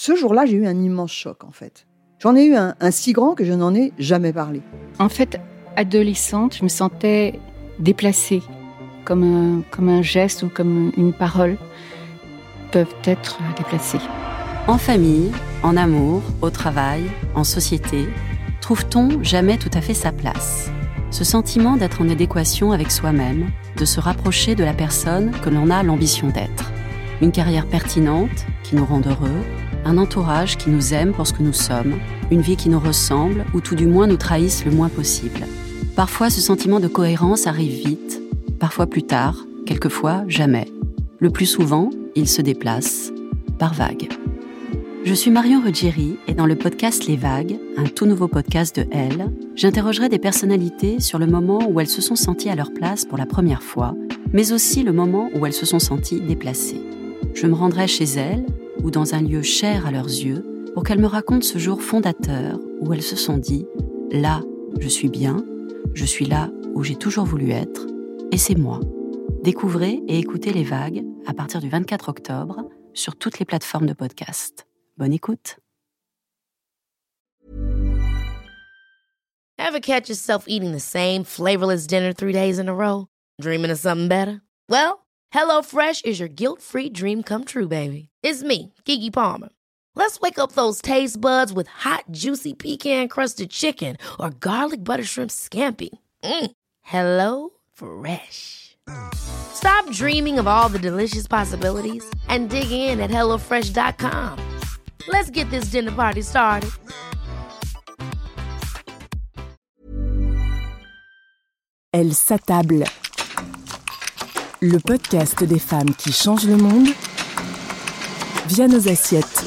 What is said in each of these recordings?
Ce jour-là, j'ai eu un immense choc, en fait. J'en ai eu un si grand que je n'en ai jamais parlé. En fait, adolescente, je me sentais déplacée, comme un geste ou comme une parole peuvent être déplacées. En famille, en amour, au travail, en société, trouve-t-on jamais tout à fait sa place ? Ce sentiment d'être en adéquation avec soi-même, de se rapprocher de la personne que l'on a l'ambition d'être. Une carrière pertinente qui nous rend heureux, un entourage qui nous aime pour ce que nous sommes, une vie qui nous ressemble ou tout du moins nous trahisse le moins possible. Parfois, ce sentiment de cohérence arrive vite, parfois plus tard, quelquefois jamais. Le plus souvent, il se déplace par vagues. Je suis Marion Ruggieri et dans le podcast Les Vagues, un tout nouveau podcast de Elle, j'interrogerai des personnalités sur le moment où elles se sont senties à leur place pour la première fois, mais aussi le moment où elles se sont senties déplacées. Je me rendrai chez elles ou dans un lieu cher à leurs yeux pour qu'elles me racontent ce jour fondateur où elles se sont dit « Là, je suis bien, je suis là où j'ai toujours voulu être, et c'est moi ». Découvrez et écoutez Les Vagues à partir du 24 octobre sur toutes les plateformes de podcast. Bonne écoute. Ever catch yourself eating the same flavorless dinner 3 days in a row? Dreaming of something better? Well, HelloFresh is your guilt-free dream come true, baby. It's me, Keke Palmer. Let's wake up those taste buds with hot, juicy pecan-crusted chicken or garlic butter shrimp scampi. Hello Fresh. Stop dreaming of all the delicious possibilities and dig in at HelloFresh.com. Let's get this dinner party started. Elle s'attable. Le podcast des femmes qui changent le monde via nos assiettes.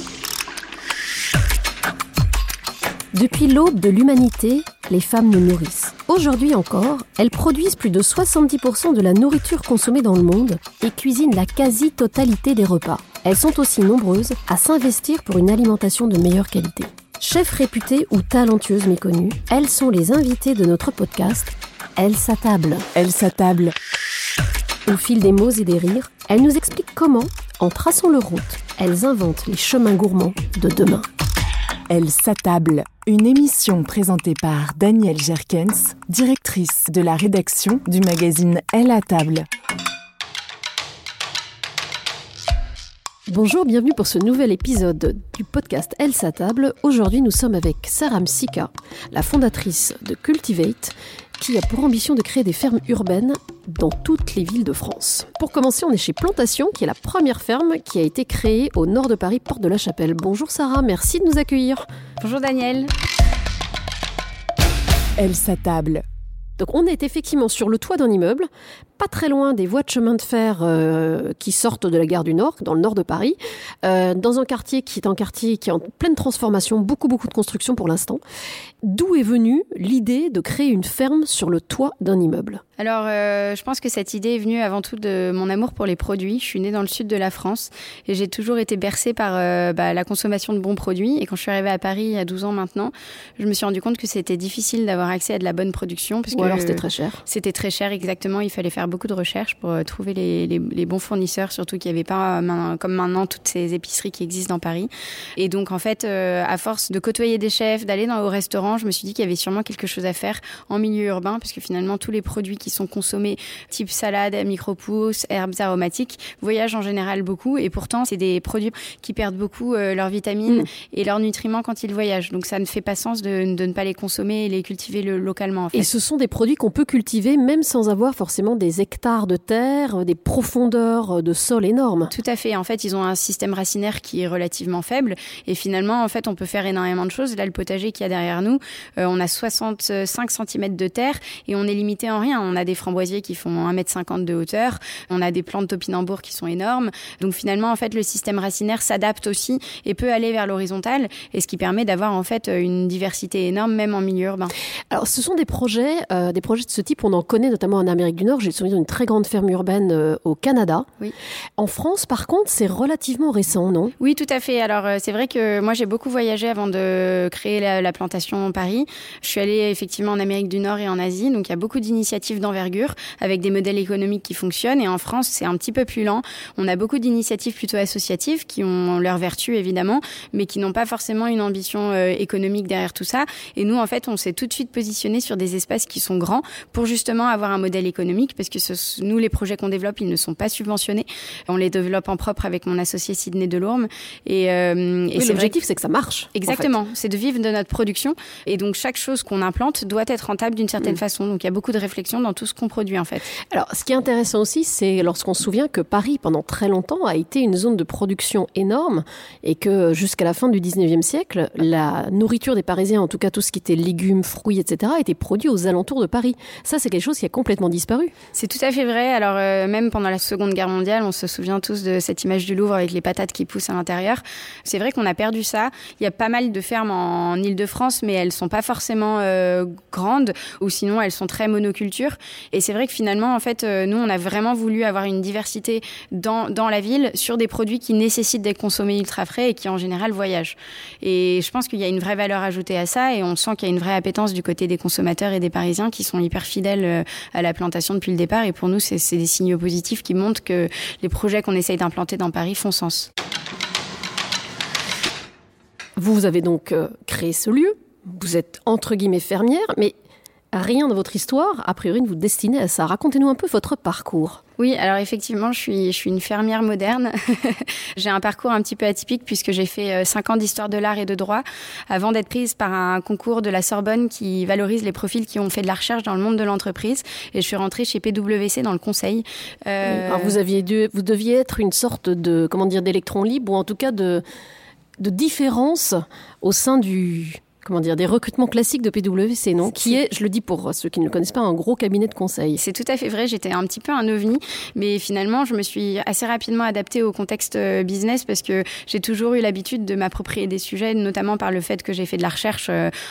Depuis l'aube de l'humanité, les femmes nous nourrissent. Aujourd'hui encore, elles produisent plus de 70% de la nourriture consommée dans le monde et cuisinent la quasi-totalité des repas. Elles sont aussi nombreuses à s'investir pour une alimentation de meilleure qualité. Chefs réputées ou talentueuses méconnues, elles sont les invitées de notre podcast « Elle s'attable ». Elle s'attable. Au fil des mots et des rires, elles nous expliquent comment, en traçant leur route, elles inventent les chemins gourmands de demain. Elle s'attable. Une émission présentée par Danielle Jerkens, directrice de la rédaction du magazine Elle à table. Bonjour, bienvenue pour ce nouvel épisode du podcast Elle s'attable. Aujourd'hui, nous sommes avec Sarah Msika, la fondatrice de Cultivate, qui a pour ambition de créer des fermes urbaines dans toutes les villes de France. Pour commencer, on est chez Plantation, qui est la première ferme qui a été créée au nord de Paris, porte de la Chapelle. Bonjour Sarah, merci de nous accueillir. Bonjour Daniel. Elle s'attable. Donc on est effectivement sur le toit d'un immeuble, pas très loin des voies de chemin de fer qui sortent de la gare du Nord, dans le nord de Paris, dans un quartier qui est en pleine transformation, beaucoup de construction pour l'instant. D'où est venue l'idée de créer une ferme sur le toit d'un immeuble ? Alors, je pense que cette idée est venue avant tout de mon amour pour les produits. Je suis née dans le sud de la France et j'ai toujours été bercée par la consommation de bons produits. Et quand je suis arrivée à Paris il y a 12 ans maintenant, je me suis rendu compte que c'était difficile d'avoir accès à de la bonne production. Parce Ou alors c'était très cher. C'était très cher, exactement. Il fallait faire beaucoup de recherches pour trouver les bons fournisseurs, surtout qu'il n'y avait pas, comme maintenant, toutes ces épiceries qui existent dans Paris. Et donc, en fait, à force de côtoyer des chefs, d'aller au restaurant, je me suis dit qu'il y avait sûrement quelque chose à faire en milieu urbain, parce que finalement, tous les produits qui sont consommés, type salade, micro-pousses, herbes aromatiques, voyagent en général beaucoup. Et pourtant, c'est des produits qui perdent beaucoup leurs vitamines et leurs nutriments quand ils voyagent. Donc, ça ne fait pas sens de ne pas les consommer et les cultiver localement, en fait. Et ce sont des produits qu'on peut cultiver même sans avoir forcément des hectares de terre, des profondeurs de sol énormes. Tout à fait. En fait, ils ont un système racinaire qui est relativement faible. Et finalement, en fait, on peut faire énormément de choses. Là, le potager qu'il y a derrière nous, on a 65 cm de terre et on est limité en rien. On a des framboisiers qui font 1,50 m de hauteur. On a des plants de topinambour qui sont énormes. Donc finalement, en fait, le système racinaire s'adapte aussi et peut aller vers l'horizontale. Et ce qui permet d'avoir, en fait, une diversité énorme, même en milieu urbain. Alors, ce sont des projets de ce type. On en connaît notamment en Amérique du Nord. J'ai le souvenir souviens d'une très grande ferme urbaine au Canada. Oui. En France, par contre, c'est relativement récent, non ? Oui, tout à fait. Alors, c'est vrai que moi, j'ai beaucoup voyagé avant de créer la plantation Paris. Je suis allée effectivement en Amérique du Nord et en Asie. Donc, il y a beaucoup d'initiatives d'envergure avec des modèles économiques qui fonctionnent. Et en France, c'est un petit peu plus lent. On a beaucoup d'initiatives plutôt associatives qui ont leur vertu, évidemment, mais qui n'ont pas forcément une ambition économique derrière tout ça. Et nous, en fait, on s'est tout de suite positionné sur des espaces qui sont grands pour justement avoir un modèle économique, parce que nous, les projets qu'on développe, ils ne sont pas subventionnés. On les développe en propre avec mon associé Sidney Delourme. Et l'objectif, c'est que ça marche. Exactement. En fait. C'est de vivre de notre production. Et donc, chaque chose qu'on implante doit être rentable d'une certaine façon. Donc, il y a beaucoup de réflexion dans tout ce qu'on produit, en fait. Alors, ce qui est intéressant aussi, c'est lorsqu'on se souvient que Paris, pendant très longtemps, a été une zone de production énorme et que jusqu'à la fin du 19e siècle, la nourriture des Parisiens, en tout cas tout ce qui était légumes, fruits, etc., était produit aux alentours de Paris. Ça, c'est quelque chose qui a complètement disparu. C'est tout à fait vrai. Alors, même pendant la Seconde Guerre mondiale, on se souvient tous de cette image du Louvre avec les patates qui poussent à l'intérieur. C'est vrai qu'on a perdu ça. Il y a pas mal de fermes en Île-de-France, mais elles sont pas forcément grandes, ou sinon elles sont très monoculture. Et c'est vrai que finalement, en fait, nous, on a vraiment voulu avoir une diversité dans la ville sur des produits qui nécessitent d'être consommés ultra frais et qui, en général, voyagent. Et je pense qu'il y a une vraie valeur ajoutée à ça, et on sent qu'il y a une vraie appétence du côté des consommateurs et des Parisiens qui sont hyper fidèles à la plantation depuis le départ. Et pour nous, c'est des signaux positifs qui montrent que les projets qu'on essaye d'implanter dans Paris font sens. Vous avez donc créé ce lieu. Vous êtes entre guillemets fermière, mais rien dans votre histoire, a priori, ne vous destinait à ça. Racontez-nous un peu votre parcours. Oui, alors effectivement, je suis une fermière moderne. J'ai un parcours un petit peu atypique puisque j'ai fait 5 ans d'histoire de l'art et de droit avant d'être prise par un concours de la Sorbonne qui valorise les profils qui ont fait de la recherche dans le monde de l'entreprise. Et je suis rentrée chez PwC dans le conseil. Alors vous deviez être une sorte de, d'électron libre, ou en tout cas de différence au sein des recrutements classiques de PwC, non ? Qui est, je le dis pour ceux qui ne le connaissent pas, un gros cabinet de conseil. C'est tout à fait vrai, j'étais un petit peu un ovni, mais finalement, je me suis assez rapidement adaptée au contexte business parce que j'ai toujours eu l'habitude de m'approprier des sujets, notamment par le fait que j'ai fait de la recherche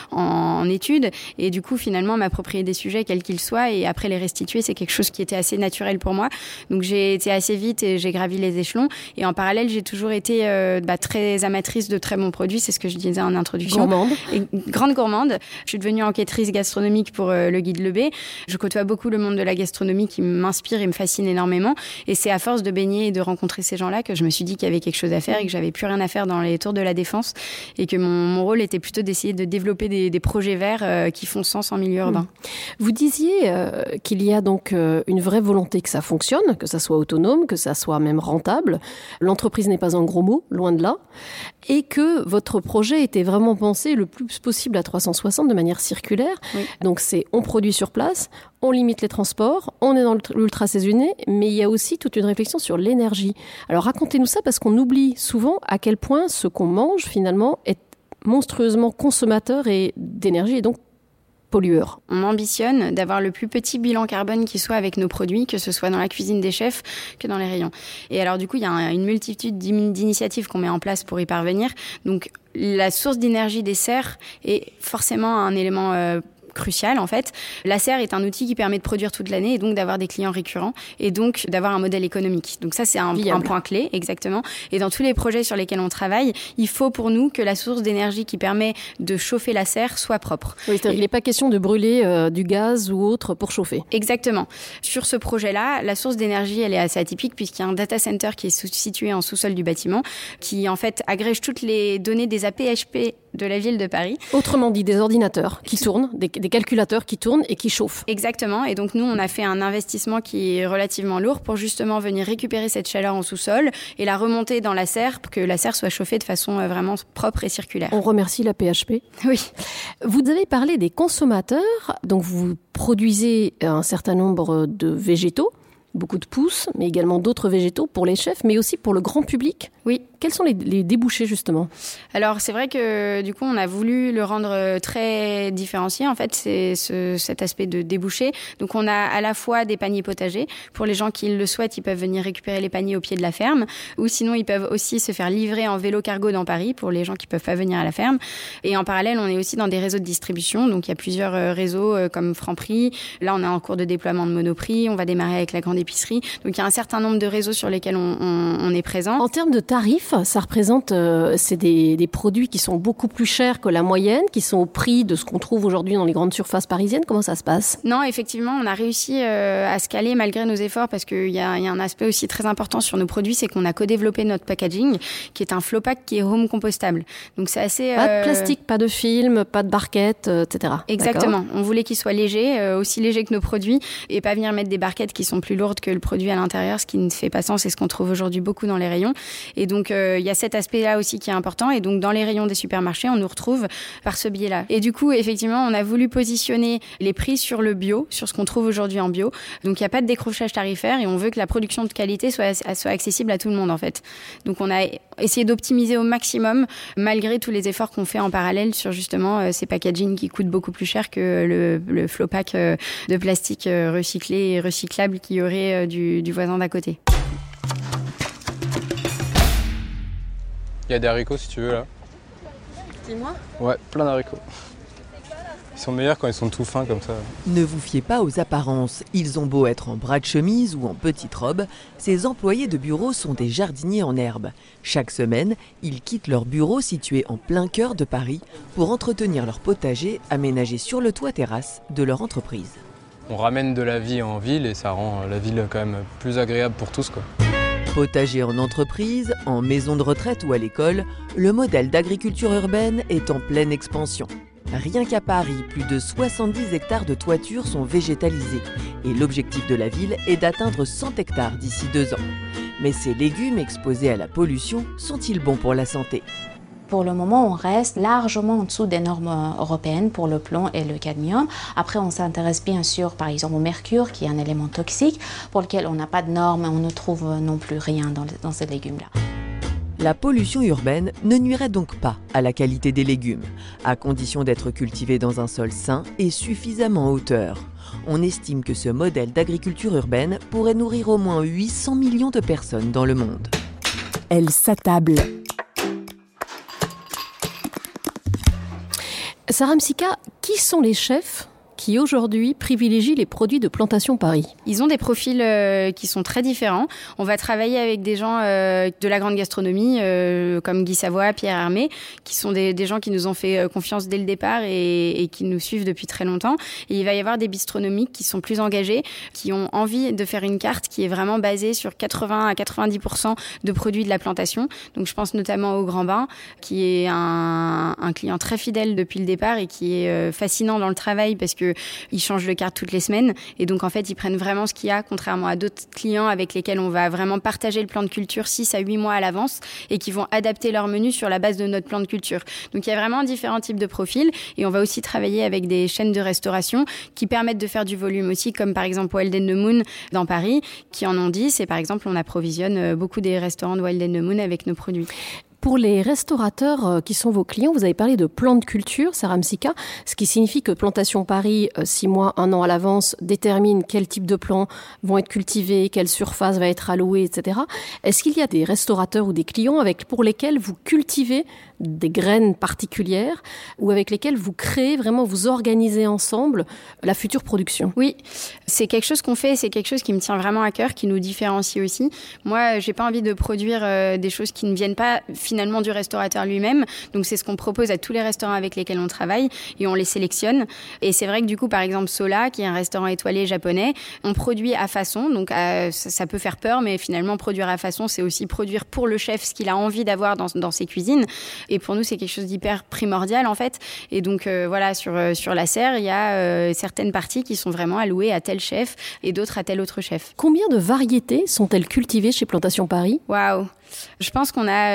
en études, et du coup, finalement, m'approprier des sujets, quels qu'ils soient, et après les restituer, c'est quelque chose qui était assez naturel pour moi. Donc, j'ai été assez vite et j'ai gravi les échelons, et en parallèle, j'ai toujours été très amatrice de très bons produits, c'est ce que je disais en introduction. Gourmande. Grande gourmande. Je suis devenue enquêtrice gastronomique pour le Guide Le Bay. Je côtoie beaucoup le monde de la gastronomie qui m'inspire et me fascine énormément. Et c'est à force de baigner et de rencontrer ces gens-là que je me suis dit qu'il y avait quelque chose à faire et que j'avais plus rien à faire dans les tours de la Défense et que mon rôle était plutôt d'essayer de développer des projets verts qui font sens en milieu urbain. Vous disiez qu'il y a donc une vraie volonté que ça fonctionne, que ça soit autonome, que ça soit même rentable. L'entreprise n'est pas un gros mot, loin de là. Et que votre projet était vraiment pensé le plus possible à 360 de manière circulaire. Oui. Donc on produit sur place, on limite les transports, on est dans l'ultra saisonnier, mais il y a aussi toute une réflexion sur l'énergie. Alors racontez-nous ça, parce qu'on oublie souvent à quel point ce qu'on mange finalement est monstrueusement consommateur d'énergie et donc pollueur. On ambitionne d'avoir le plus petit bilan carbone qui soit avec nos produits, que ce soit dans la cuisine des chefs que dans les rayons. Et alors du coup, il y a une multitude d'initiatives qu'on met en place pour y parvenir. Donc la source d'énergie des serres est forcément un élément crucial en fait. La serre est un outil qui permet de produire toute l'année et donc d'avoir des clients récurrents et donc d'avoir un modèle économique. Donc ça, c'est un point clé, exactement. Et dans tous les projets sur lesquels on travaille, il faut pour nous que la source d'énergie qui permet de chauffer la serre soit propre. Oui, c'est-à-dire qu'il n'est pas question de brûler du gaz ou autre pour chauffer. Exactement. Sur ce projet-là, la source d'énergie, elle est assez atypique puisqu'il y a un data center qui est situé en sous-sol du bâtiment qui en fait agrège toutes les données des APHP de la ville de Paris. Autrement dit, des ordinateurs qui tournent, des calculateurs qui tournent et qui chauffent. Exactement. Et donc, nous, on a fait un investissement qui est relativement lourd pour justement venir récupérer cette chaleur en sous-sol et la remonter dans la serre pour que la serre soit chauffée de façon vraiment propre et circulaire. On remercie la PHP. Oui. Vous avez parlé des consommateurs. Donc, vous produisez un certain nombre de végétaux, beaucoup de pousses, mais également d'autres végétaux pour les chefs, mais aussi pour le grand public. Oui. Quels sont les débouchés, justement ? Alors, c'est vrai que, du coup, on a voulu le rendre très différencié. En fait, c'est cet aspect de débouché. Donc, on a à la fois des paniers potagers. Pour les gens qui le souhaitent, ils peuvent venir récupérer les paniers au pied de la ferme. Ou sinon, ils peuvent aussi se faire livrer en vélo cargo dans Paris pour les gens qui peuvent pas venir à la ferme. Et en parallèle, on est aussi dans des réseaux de distribution. Donc, il y a plusieurs réseaux comme Franprix. Là, on est en cours de déploiement de Monoprix. On va démarrer avec la grande épicerie. Donc, il y a un certain nombre de réseaux sur lesquels on est présent. En termes de tarifs, ça représente, c'est des produits qui sont beaucoup plus chers que la moyenne, qui sont au prix de ce qu'on trouve aujourd'hui dans les grandes surfaces parisiennes. Comment ça se passe ? Non, effectivement, on a réussi à se caler malgré nos efforts parce qu'il y a un aspect aussi très important sur nos produits, c'est qu'on a co-développé notre packaging, qui est un flow pack qui est home compostable. Donc c'est assez... Pas de plastique, pas de film, pas de barquettes, etc. Exactement. D'accord. On voulait qu'il soit léger, aussi léger que nos produits, et pas venir mettre des barquettes qui sont plus lourdes que le produit à l'intérieur, ce qui ne fait pas sens et ce qu'on trouve aujourd'hui beaucoup dans les rayons. Et donc, il y a cet aspect-là aussi qui est important. Et donc, dans les rayons des supermarchés, on nous retrouve par ce biais-là. Et du coup, effectivement, on a voulu positionner les prix sur le bio, sur ce qu'on trouve aujourd'hui en bio. Donc, il n'y a pas de décrochage tarifaire et on veut que la production de qualité soit accessible à tout le monde, en fait. Donc, on a essayé d'optimiser au maximum, malgré tous les efforts qu'on fait en parallèle sur justement ces packaging qui coûtent beaucoup plus cher que le flow pack de plastique recyclé et recyclable qu'il y aurait du voisin d'à côté. Il y a des haricots si tu veux là. Dis-moi. Ouais, plein d'haricots. Ils sont meilleurs quand ils sont tout fins comme ça. Ne vous fiez pas aux apparences. Ils ont beau être en bras de chemise ou en petite robe, ces employés de bureau sont des jardiniers en herbe. Chaque semaine, ils quittent leur bureau situé en plein cœur de Paris pour entretenir leur potager aménagé sur le toit-terrasse de leur entreprise. On ramène de la vie en ville et ça rend la ville quand même plus agréable pour tous, quoi. Potager en entreprise, en maison de retraite ou à l'école, le modèle d'agriculture urbaine est en pleine expansion. Rien qu'à Paris, plus de 70 hectares de toitures sont végétalisés et l'objectif de la ville est d'atteindre 100 hectares d'ici 2 ans. Mais ces légumes exposés à la pollution sont-ils bons pour la santé ? Pour le moment, on reste largement en dessous des normes européennes pour le plomb et le cadmium. Après, on s'intéresse bien sûr, par exemple, au mercure, qui est un élément toxique, pour lequel on n'a pas de normes et on ne trouve non plus rien dans ces légumes-là. La pollution urbaine ne nuirait donc pas à la qualité des légumes, à condition d'être cultivés dans un sol sain et suffisamment en hauteur. On estime que ce modèle d'agriculture urbaine pourrait nourrir au moins 800 millions de personnes dans le monde. Elle s'attable. Sarah Msika, qui sont les chefs qui aujourd'hui privilégient les produits de Plantation Paris? Ils ont des profils qui sont très différents. On va travailler avec des gens de la grande gastronomie, comme Guy Savoy, Pierre Hermé, qui sont des gens qui nous ont fait confiance dès le départ et qui nous suivent depuis très longtemps. Et il va y avoir des bistronomiques qui sont plus engagés, qui ont envie de faire une carte qui est vraiment basée sur 80 à 90% de produits de la plantation. Donc je pense notamment au Grand Bain, qui est un client très fidèle depuis le départ et qui est fascinant dans le travail parce que ils changent de carte toutes les semaines et donc en fait ils prennent vraiment ce qu'il y a, contrairement à d'autres clients avec lesquels on va vraiment partager le plan de culture 6 à 8 mois à l'avance et qui vont adapter leur menu sur la base de notre plan de culture. Donc il y a vraiment différents types de profils et on va aussi travailler avec des chaînes de restauration qui permettent de faire du volume aussi, comme par exemple Wild and the Moon dans Paris, qui en ont 10 et par exemple on approvisionne beaucoup des restaurants de Wild and the Moon avec nos produits. Pour les restaurateurs qui sont vos clients, vous avez parlé de plan de culture, Sarah Msika, ce qui signifie que Plantation Paris, 6 mois, 1 an à l'avance, détermine quel type de plants vont être cultivés, quelle surface va être allouée, etc. Est-ce qu'il y a des restaurateurs ou des clients pour lesquels vous cultivez des graines particulières ou avec lesquelles vous créez, vraiment vous organisez ensemble la future production? Oui, c'est quelque chose qu'on fait, c'est quelque chose qui me tient vraiment à cœur, qui nous différencie aussi. Moi, j'ai pas envie de produire des choses qui ne viennent pas finalement du restaurateur lui-même. Donc c'est ce qu'on propose à tous les restaurants avec lesquels on travaille et on les sélectionne. Et c'est vrai que du coup, par exemple, Sola, qui est un restaurant étoilé japonais, on produit à façon. Donc ça peut faire peur, mais finalement produire à façon, c'est aussi produire pour le chef ce qu'il a envie d'avoir dans ses cuisines. Et pour nous, c'est quelque chose d'hyper primordial en fait. Et donc voilà, sur la serre, il y a certaines parties qui sont vraiment allouées à tel chef et d'autres à tel autre chef. Combien de variétés sont-elles cultivées chez Plantation Paris? Waouh! Je pense qu'on a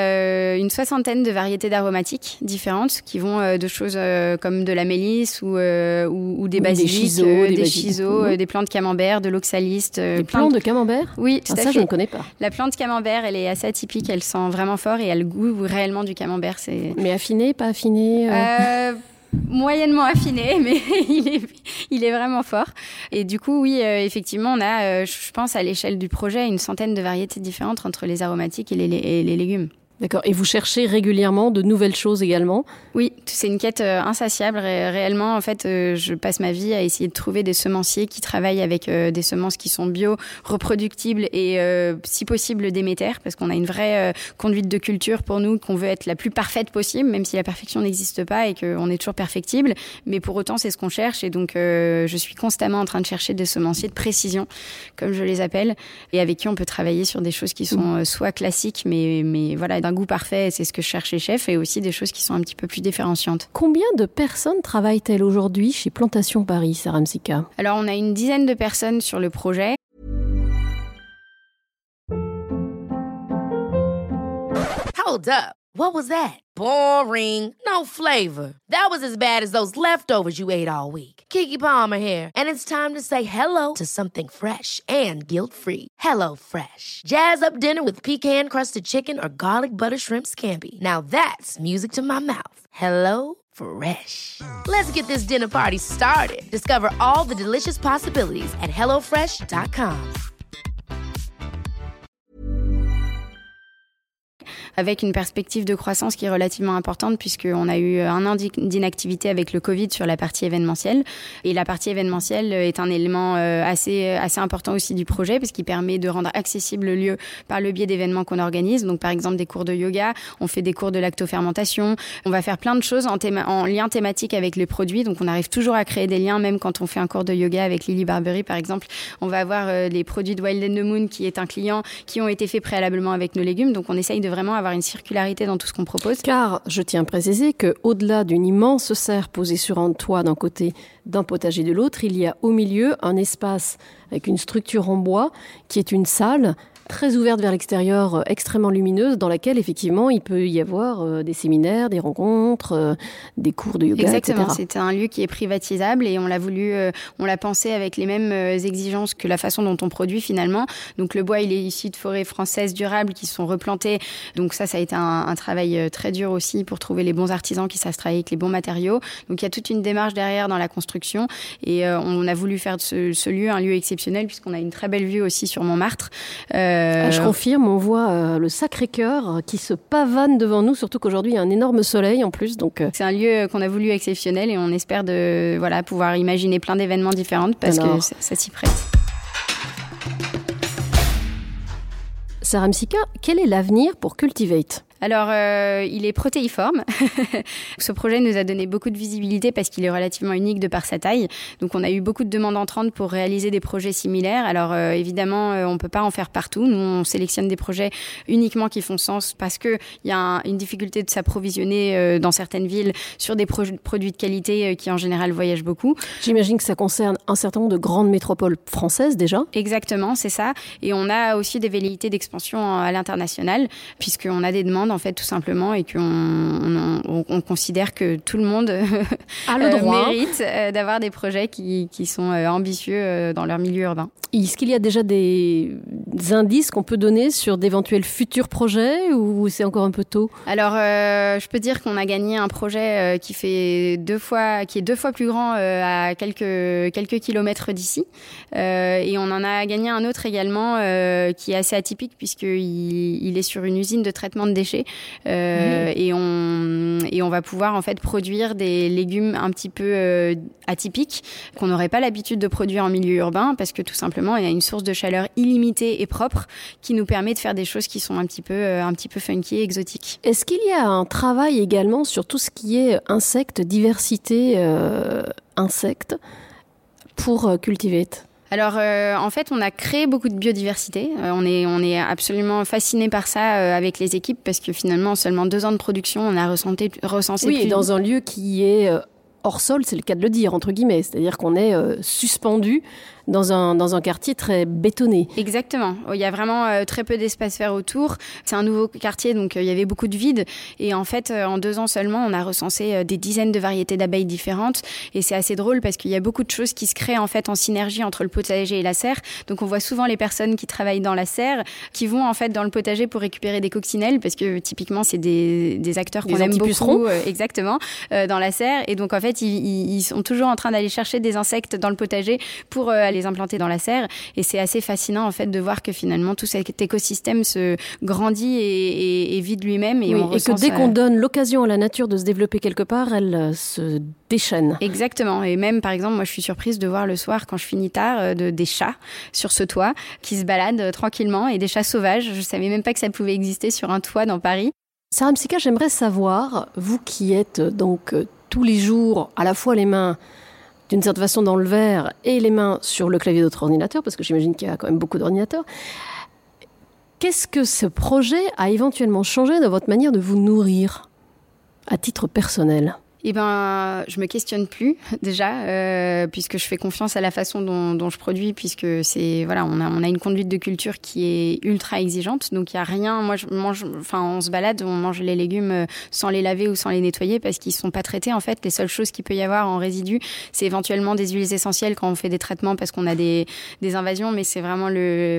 une 60aine de variétés d'aromatiques différentes qui vont de choses comme de la mélisse ou des basiliques, des chisos, des plants de camembert, de l'oxalis. Des plants de camembert ? Oui, tout à fait. Ça, je ne connais pas. La plante camembert, elle est assez atypique, elle sent vraiment fort et elle a le goût réellement du camembert. Mais affiné, pas affiné Moyennement affiné, mais il est vraiment fort. Et du coup, oui, effectivement, on a, je pense, à l'échelle du projet, une 100aine de variétés différentes entre les aromatiques et les légumes. D'accord. Et vous cherchez régulièrement de nouvelles choses également ? Oui, c'est une quête insatiable. Réellement, en fait, je passe ma vie à essayer de trouver des semenciers qui travaillent avec des semences qui sont bio, reproductibles et, si possible, Déméter, parce qu'on a une vraie conduite de culture pour nous, qu'on veut être la plus parfaite possible, même si la perfection n'existe pas et qu'on est toujours perfectible. Mais pour autant, c'est ce qu'on cherche. Et donc, je suis constamment en train de chercher des semenciers de précision, comme je les appelle, et avec qui on peut travailler sur des choses qui sont soit classiques, mais voilà, d'un goût parfait, c'est ce que cherchent les chefs, et aussi des choses qui sont un petit peu plus différenciantes. Combien de personnes travaillent-elles aujourd'hui chez Plantation Paris, Sarah Msika ? Alors, on a une dizaine de personnes sur le projet. Hold up. What was that? Boring. No flavor. That was as bad as those leftovers you ate all week. Keke Palmer here, and it's time to say hello to something fresh and guilt-free. Hello Fresh. Jazz up dinner with pecan-crusted chicken or garlic butter shrimp scampi. Now that's music to my mouth. Hello Fresh. Let's get this dinner party started. Discover all the delicious possibilities at hellofresh.com. Avec une perspective de croissance qui est relativement importante, puisqu'on a eu 1 an d'inactivité avec le Covid sur la partie événementielle. Et la partie événementielle est un élément assez important aussi du projet, parce qu'il permet de rendre accessible le lieu par le biais d'événements qu'on organise. Donc, par exemple, des cours de yoga, on fait des cours de lactofermentation, on va faire plein de choses en lien thématique avec les produits. Donc, on arrive toujours à créer des liens, même quand on fait un cours de yoga avec Lily Barbery, par exemple. On va avoir les produits de Wild and the Moon, qui est un client, qui ont été faits préalablement avec nos légumes. Donc, on essaye de vraiment avoir une circularité dans tout ce qu'on propose. Car je tiens à préciser qu'au-delà d'une immense serre posée sur un toit d'un côté, d'un potager de l'autre, il y a au milieu un espace avec une structure en bois qui est une salle très ouverte vers l'extérieur, extrêmement lumineuse, dans laquelle, effectivement, il peut y avoir des séminaires, des rencontres, des cours de yoga, Exactement, etc. c'est un lieu qui est privatisable et on l'a pensé avec les mêmes exigences que la façon dont on produit finalement. Donc le bois, il est issu de forêts françaises durables qui sont replantées. Donc ça a été un travail très dur aussi pour trouver les bons artisans qui savent travailler avec les bons matériaux. Donc il y a toute une démarche derrière dans la construction et on a voulu faire de ce lieu un lieu exceptionnel puisqu'on a une très belle vue aussi sur Montmartre. Je confirme, on voit le Sacré-Cœur qui se pavane devant nous, surtout qu'aujourd'hui il y a un énorme soleil en plus. Donc c'est un lieu qu'on a voulu exceptionnel et on espère pouvoir imaginer plein d'événements différents parce que ça s'y prête. Sarah Msika, quel est l'avenir pour Cultivate ? Alors, il est protéiforme. Ce projet nous a donné beaucoup de visibilité parce qu'il est relativement unique de par sa taille. Donc, on a eu beaucoup de demandes entrantes pour réaliser des projets similaires. Alors, évidemment, on peut pas en faire partout. Nous, on sélectionne des projets uniquement qui font sens parce que il y a une difficulté de s'approvisionner dans certaines villes sur des produits de qualité qui, en général, voyagent beaucoup. J'imagine que ça concerne un certain nombre de grandes métropoles françaises déjà. Exactement, c'est ça. Et on a aussi des velléités d'expansion à l'international puisqu'on a des demandes en fait tout simplement et qu'on considère que tout le monde a le droit mérite d'avoir des projets qui sont ambitieux dans leur milieu urbain. Est-ce qu'il y a déjà des indices qu'on peut donner sur d'éventuels futurs projets ou c'est encore un peu tôt ? Alors je peux dire qu'on a gagné un projet qui est 2 fois plus grand à quelques kilomètres d'ici et on en a gagné un autre également qui est assez atypique puisqu'il est sur une usine de traitement de déchets et on va pouvoir en fait produire des légumes un petit peu atypiques qu'on n'aurait pas l'habitude de produire en milieu urbain parce que tout simplement il y a une source de chaleur illimitée et propre qui nous permet de faire des choses qui sont un petit peu funky et exotiques. Est-ce qu'il y a un travail également sur tout ce qui est insectes, diversité insectes pour Cultivate ? Alors, en fait, on a créé beaucoup de biodiversité. On est absolument fascinés par ça avec les équipes parce que finalement, en seulement 2 ans de production, on a recensé Oui, et dans un lieu qui est hors sol, c'est le cas de le dire, entre guillemets. C'est-à-dire qu'on est suspendu dans un quartier très bétonné. Exactement. Il y a vraiment très peu d'espace vert autour. C'est un nouveau quartier, donc il y avait beaucoup de vide. Et en fait, en 2 ans seulement, on a recensé des dizaines de variétés d'abeilles différentes. Et c'est assez drôle parce qu'il y a beaucoup de choses qui se créent en fait en synergie entre le potager et la serre. Donc on voit souvent les personnes qui travaillent dans la serre qui vont en fait dans le potager pour récupérer des coccinelles parce que typiquement c'est des acteurs qu'on aime beaucoup. Exactement, dans la serre. Et donc en fait, ils sont toujours en train d'aller chercher des insectes dans le potager pour les implanter dans la serre. Et c'est assez fascinant en fait de voir que finalement tout cet écosystème se grandit et vit de lui-même. Et que dès qu'on donne l'occasion à la nature de se développer quelque part, elle se déchaîne. Exactement. Et même par exemple, moi je suis surprise de voir le soir quand je finis tard des chats sur ce toit qui se baladent tranquillement et des chats sauvages. Je savais même pas que ça pouvait exister sur un toit dans Paris. Sarah Msika, j'aimerais savoir, vous qui êtes donc tous les jours à la fois les mains d'une certaine façon dans le verre et les mains sur le clavier de votre ordinateur, parce que j'imagine qu'il y a quand même beaucoup d'ordinateurs, qu'est-ce que ce projet a éventuellement changé dans votre manière de vous nourrir à titre personnel ? Eh ben, je me questionne plus déjà, puisque je fais confiance à la façon dont je produis, puisque c'est voilà, on a une conduite de culture qui est ultra exigeante, donc il y a rien. Moi, je mange, enfin, on se balade, on mange les légumes sans les laver ou sans les nettoyer parce qu'ils sont pas traités. En fait, les seules choses qu'il peut y avoir en résidus, c'est éventuellement des huiles essentielles quand on fait des traitements parce qu'on a des invasions, mais c'est vraiment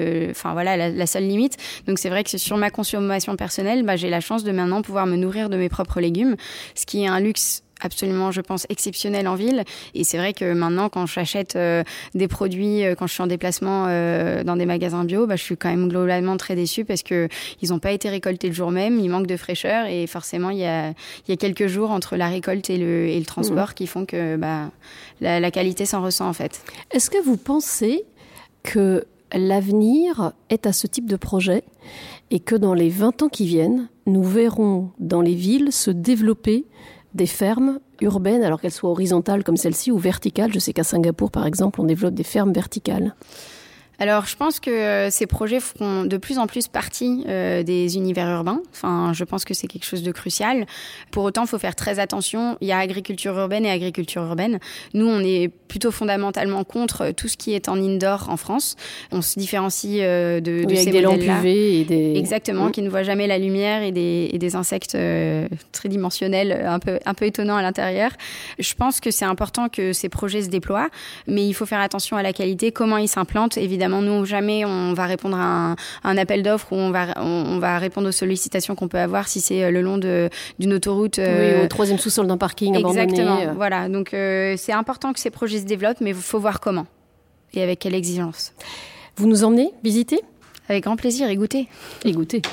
la seule limite. Donc c'est vrai que sur ma consommation personnelle, j'ai la chance de maintenant pouvoir me nourrir de mes propres légumes, ce qui est un luxe absolument, je pense, exceptionnel en ville. Et c'est vrai que maintenant, quand j'achète des produits, quand je suis en déplacement dans des magasins bio, je suis quand même globalement très déçue parce que ils n'ont pas été récoltés le jour même, il manque de fraîcheur et forcément, il y a quelques jours entre la récolte et le transport qui font que la qualité s'en ressent en fait. Est-ce que vous pensez que l'avenir est à ce type de projet et que dans les 20 ans qui viennent, nous verrons dans les villes se développer des fermes urbaines, alors qu'elles soient horizontales comme celle-ci ou verticales? Je sais qu'à Singapour, par exemple, on développe des fermes verticales. Alors, je pense que ces projets feront de plus en plus partie des univers urbains. Enfin, je pense que c'est quelque chose de crucial. Pour autant, il faut faire très attention. Il y a agriculture urbaine et agriculture urbaine. Nous, on est plutôt fondamentalement contre tout ce qui est en indoor en France. On se différencie de ces modèles-là. Avec des lampes UV et des... Exactement, qui ne voient jamais la lumière et des insectes tridimensionnels un peu étonnants à l'intérieur. Je pense que c'est important que ces projets se déploient, mais il faut faire attention à la qualité, comment ils s'implantent. Évidemment, nous, jamais on va répondre à un appel d'offres ou on va répondre aux sollicitations qu'on peut avoir si c'est le long d'une autoroute. Oui, au 3e sous-sol d'un parking abandonné. Exactement, voilà. Donc, c'est important que ces projets se développent, mais il faut voir comment et avec quelle exigence. Vous nous emmenez visiter ? Avec grand plaisir, et goûter. Et goûter.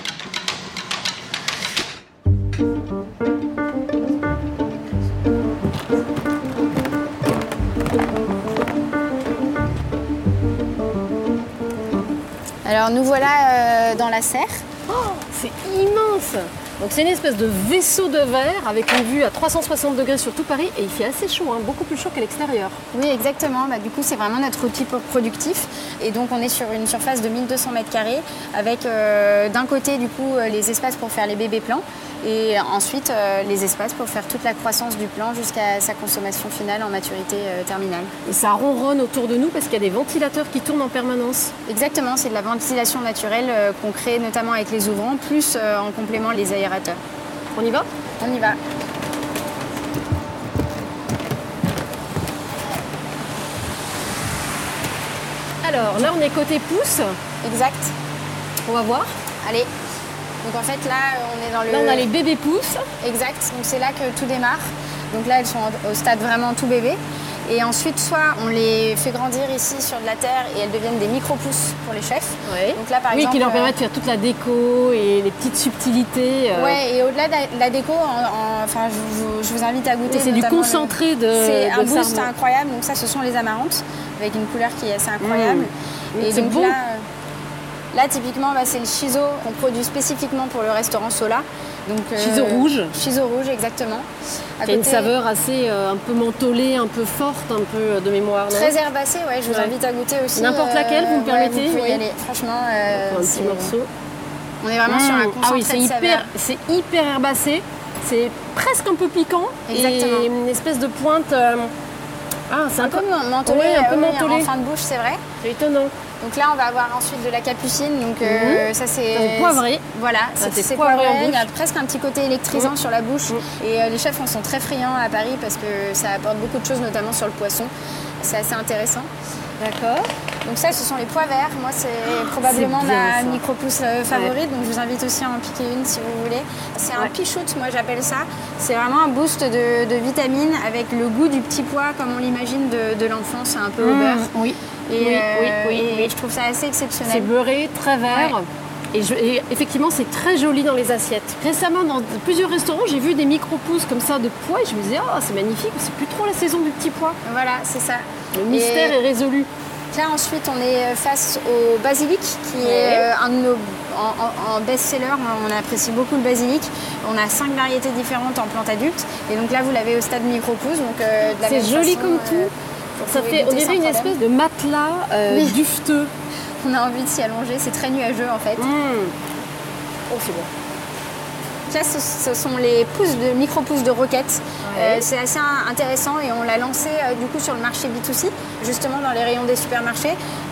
Alors nous voilà dans la serre. Oh, c'est immense! Donc c'est une espèce de vaisseau de verre avec une vue à 360 degrés sur tout Paris et il fait assez chaud, beaucoup plus chaud qu'à l'extérieur. Oui, exactement. Du coup, c'est vraiment notre outil productif. Et donc on est sur une surface de 1200 mètres carrés avec d'un côté du coup les espaces pour faire les bébés plants et ensuite les espaces pour faire toute la croissance du plant jusqu'à sa consommation finale en maturité terminale. Et ça ronronne autour de nous parce qu'il y a des ventilateurs qui tournent en permanence. Exactement, c'est de la ventilation naturelle qu'on crée notamment avec les ouvrants, plus en complément les aérateurs. On y va ? On y va. Alors là, on est côté pousse. Exact. On va voir. Allez. Donc en fait, là, on est dans le... Là, on a les bébés pousses. Exact. Donc c'est là que tout démarre. Donc là, elles sont au stade vraiment tout bébé. Et ensuite, soit on les fait grandir ici sur de la terre et elles deviennent des micro-pousses pour les chefs. Ouais. Donc là, par exemple, qui leur permettent de faire toute la déco et les petites subtilités. Ouais, et au-delà de la déco, je vous invite à goûter. C'est du concentré C'est un boost sarment. incroyable. Donc ça, ce sont les amarantes avec une couleur qui est assez incroyable. Et donc beau. Là, typiquement, c'est le shiso qu'on produit spécifiquement pour le restaurant Sola. Donc, shiso rouge. Shiso rouge, exactement. Qui a une saveur assez un peu mentholée, un peu forte, un peu de mémoire. Très herbacée, ouais. Je vous invite à goûter aussi. N'importe laquelle, vous me permettez? Vous pouvez y aller. Franchement, un petit morceau. On est vraiment sur un concentré de saveur. C'est hyper herbacé. C'est presque un peu piquant. Exactement. Et une espèce de pointe Ah, c'est un peu mentholé, un peu mentholé. En fin de bouche, c'est vrai. C'est étonnant. Donc là, on va avoir ensuite de la capucine. Donc ça, c'est poivré. Voilà, c'est poivré. Il y a presque un petit côté électrisant sur la bouche. Et les chefs en sont très friands à Paris parce que ça apporte beaucoup de choses, notamment sur le poisson. C'est assez intéressant. D'accord. Donc ça, ce sont les pois verts. Moi, c'est probablement ma micro-pousse favorite. Donc je vous invite aussi à en piquer une si vous voulez. C'est un pea-shoot, moi j'appelle ça. C'est vraiment un boost de vitamines avec le goût du petit pois comme on l'imagine de l'enfance, un peu au beurre. Oui. Et je trouve ça assez exceptionnel. C'est beurré, très vert. Et effectivement, c'est très joli dans les assiettes. Récemment, dans plusieurs restaurants, j'ai vu des micro-pousses comme ça de pois et je me disais, oh, c'est magnifique, c'est plus trop la saison du petit pois. Voilà, c'est ça. Le mystère est résolu. Là, ensuite, on est face au basilic, qui est un de nos en best-seller. On apprécie beaucoup le basilic. On a 5 variétés différentes en plantes adultes. Et donc là, vous l'avez au stade micro-pousse. C'est joli comme tout. Ça fait, on dirait une espèce de matelas dufteux. On a envie de s'y allonger, c'est très nuageux en fait. Oh, c'est bon. Là, ce sont les micro-pousses de roquette. C'est assez intéressant et on l'a lancé du coup sur le marché B2C, justement dans les rayons des supermarchés.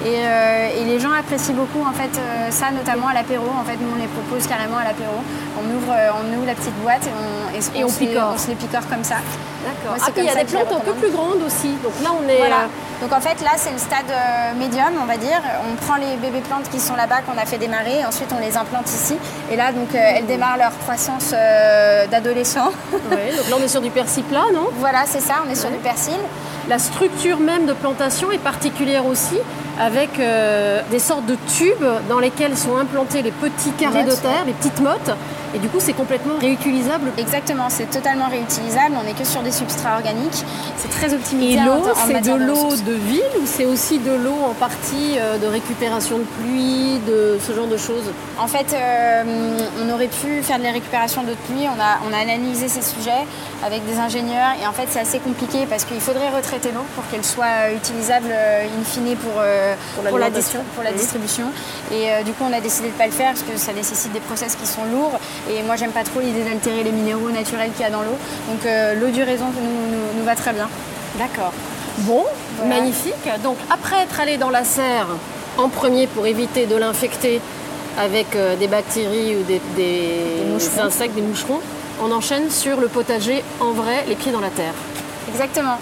Et les gens apprécient beaucoup en fait ça, notamment à l'apéro. En fait, nous on les propose carrément à l'apéro. On ouvre la petite boîte et on se les picore comme ça. D'accord. Moi, il y a des plantes un peu plus grandes aussi. Donc là, on est. Voilà. Donc en fait, là, c'est le stade médium, on va dire. On prend les bébés plantes qui sont là-bas, qu'on a fait démarrer. Ensuite, on les implante ici. Et là, donc, elles démarrent leur croissance d'adolescents. Oui, donc là, on est sur du persil plat, non? Voilà, c'est ça, on est sur du persil. La structure même de plantation est particulière aussi, avec des sortes de tubes dans lesquels sont implantés les petits carrés de terre, les petites mottes. Et du coup, c'est complètement réutilisable. Exactement, c'est totalement réutilisable. On n'est que sur des substrats organiques. C'est très optimisé. Et l'eau, c'est de l'eau de ville ou c'est aussi de l'eau en partie de récupération de pluie, de ce genre de choses? En fait, on aurait pu faire de la récupération d'eau de pluie. On a analysé ces sujets avec des ingénieurs. Et en fait, c'est assez compliqué parce qu'il faudrait retraiter l'eau pour qu'elle soit utilisable in fine pour la distribution. Et du coup, on a décidé de ne pas le faire parce que ça nécessite des process qui sont lourds. Et moi, j'aime pas trop l'idée d'altérer les minéraux naturels qu'il y a dans l'eau. Donc l'eau du raisin nous va très bien. D'accord. Bon, voilà. Magnifique. Donc après être allé dans la serre en premier pour éviter de l'infecter avec des bactéries ou des insectes, des moucherons, on enchaîne sur le potager en vrai, les pieds dans la terre. Exactement.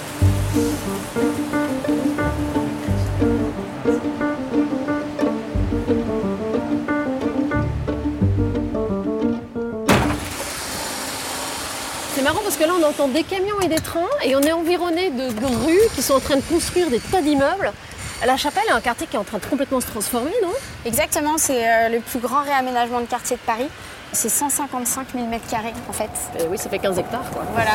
C'est marrant parce que là on entend des camions et des trains et on est environné de grues qui sont en train de construire des tas d'immeubles. La Chapelle est un quartier qui est en train de complètement se transformer, non? Exactement, c'est le plus grand réaménagement de quartier de Paris. C'est 155 000 m² en fait. Et oui, ça fait 15 hectares quoi. Voilà.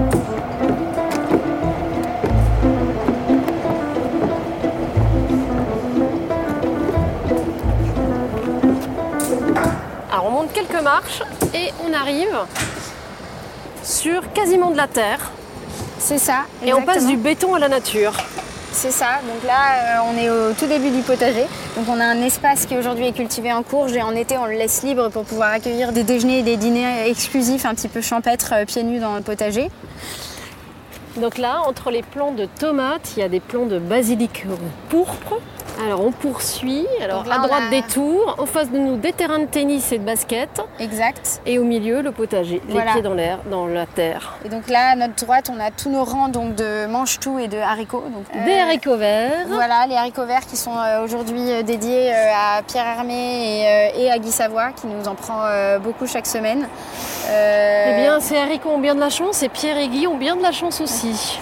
Alors on monte quelques marches et on arrive sur quasiment de la terre. C'est ça. Et on passe du béton à la nature. C'est ça. Donc là, on est au tout début du potager. Donc on a un espace qui aujourd'hui est cultivé en courge et en été, on le laisse libre pour pouvoir accueillir des déjeuners et des dîners exclusifs, un petit peu champêtres, pieds nus dans le potager. Donc là, entre les plants de tomates, il y a des plants de basilic pourpre. Alors on poursuit, alors là, à droite des tours, en face de nous des terrains de tennis et de basket. Exact. Et au milieu le potager, les pieds dans l'air, dans la terre. Et donc là à notre droite on a tous nos rangs donc, de mange-tout et de haricots. Donc, des haricots verts. Voilà, les haricots verts qui sont aujourd'hui dédiés à Pierre Hermé et à Guy Savoie qui nous en prend beaucoup chaque semaine. Eh bien ces haricots ont bien de la chance et Pierre et Guy ont bien de la chance aussi.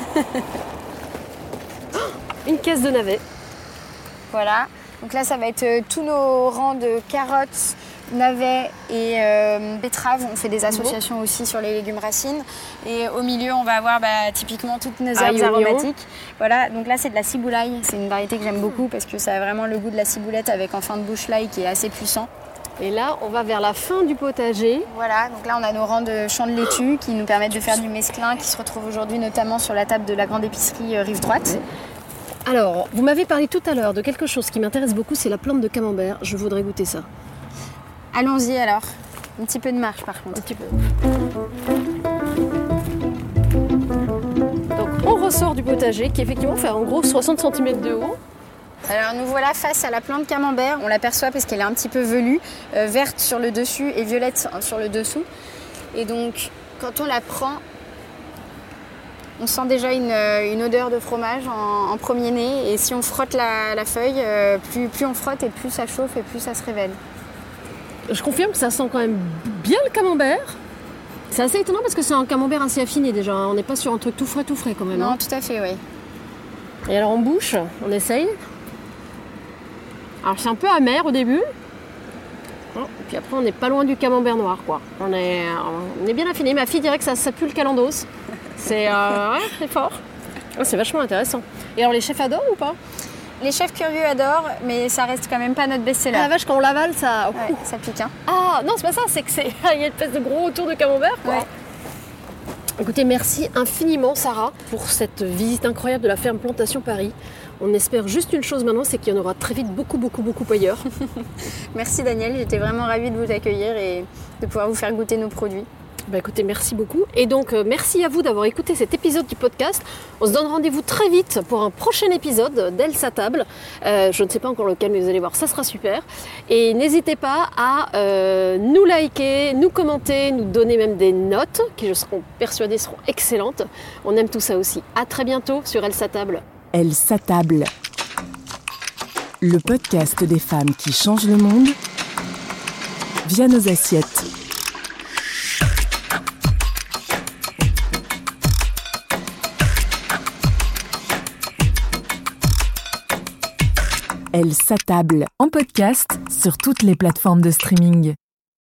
Une caisse de navets. Voilà, donc là ça va être tous nos rangs de carottes, navets et betteraves. On fait des associations aussi sur les légumes racines. Et au milieu on va avoir typiquement toutes nos herbes aromatiques. Voilà, donc là c'est de la ciboulaille. C'est une variété que j'aime beaucoup parce que ça a vraiment le goût de la ciboulette avec en fin de bouche l'ail qui est assez puissant. Et là, on va vers la fin du potager. Voilà, donc là on a nos rangs de champs de laitue qui nous permettent de faire du mesclin qui se retrouve aujourd'hui notamment sur la table de la grande épicerie Rive Droite. Alors, vous m'avez parlé tout à l'heure de quelque chose qui m'intéresse beaucoup, c'est la plante de camembert. Je voudrais goûter ça. Allons-y alors. Un petit peu de marche par contre. Un petit peu. Donc, on ressort du potager qui effectivement fait en gros 60 cm de haut. Alors nous voilà face à la plante camembert. On l'aperçoit parce qu'elle est un petit peu velue, verte sur le dessus et violette sur le dessous. Et donc quand on la prend, on sent déjà une odeur de fromage en premier nez. Et si on frotte la feuille, plus on frotte et plus ça chauffe et plus ça se révèle. Je confirme que ça sent quand même bien le camembert. C'est assez étonnant parce que c'est un camembert assez affiné déjà. On n'est pas sur un truc tout frais quand même. Non, tout à fait, oui. Et alors en bouche, on essaye. Alors c'est un peu amer au début. Et puis après on n'est pas loin du camembert noir quoi. On est bien affiné. Ma fille dirait que ça pue le calendos. C'est fort. C'est vachement intéressant. Et alors les chefs adorent ou pas? Les chefs curieux adorent, mais ça reste quand même pas notre best-seller. Ah la vache, quand on l'avale, ça... Ouais, ça pique. Hein. Ah non, c'est pas ça, c'est que il y a une espèce de gros autour de camembert quoi. Ouais. Écoutez, merci infiniment Sarah pour cette visite incroyable de la ferme Plantation Paris. On espère juste une chose maintenant, c'est qu'il y en aura très vite beaucoup ailleurs. Merci Daniel, j'étais vraiment ravie de vous accueillir et de pouvoir vous faire goûter nos produits. Bah écoutez, merci beaucoup. Et donc, merci à vous d'avoir écouté cet épisode du podcast. On se donne rendez-vous très vite pour un prochain épisode d'Elle sa table. Je ne sais pas encore lequel, mais vous allez voir, ça sera super. Et n'hésitez pas à nous liker, nous commenter, nous donner même des notes, qui je serai persuadée seront excellentes. On aime tout ça aussi. À très bientôt sur Elle sa table. Elle sa table. Le podcast des femmes qui changent le monde via nos assiettes. Elle s'attable en podcast sur toutes les plateformes de streaming.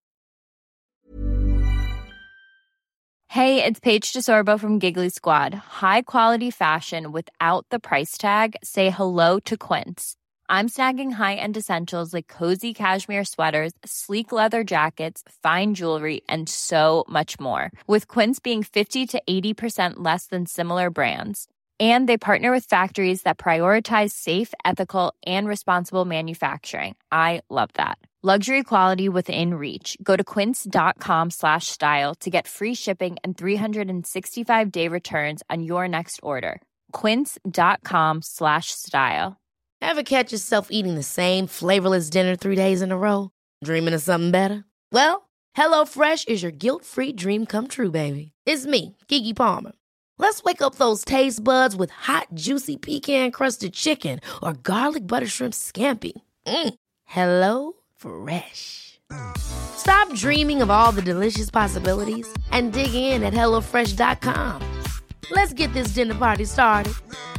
Hey, it's Paige DeSorbo from Giggly Squad. High quality fashion without the price tag. Say hello to Quince. I'm snagging high-end essentials like cozy cashmere sweaters, sleek leather jackets, fine jewelry, and so much more. With Quince being 50 to 80% less than similar brands. And they partner with factories that prioritize safe, ethical, and responsible manufacturing. I love that. Luxury quality within reach. Go to quince.com/style to get free shipping and 365-day returns on your next order. Quince.com/style. Ever catch yourself eating the same flavorless dinner 3 days in a row? Dreaming of something better? Well, HelloFresh is your guilt-free dream come true, baby. It's me, Keke Palmer. Let's wake up those taste buds with hot, juicy pecan-crusted chicken or garlic butter shrimp scampi. Hello Fresh. Stop dreaming of all the delicious possibilities and dig in at HelloFresh.com. Let's get this dinner party started.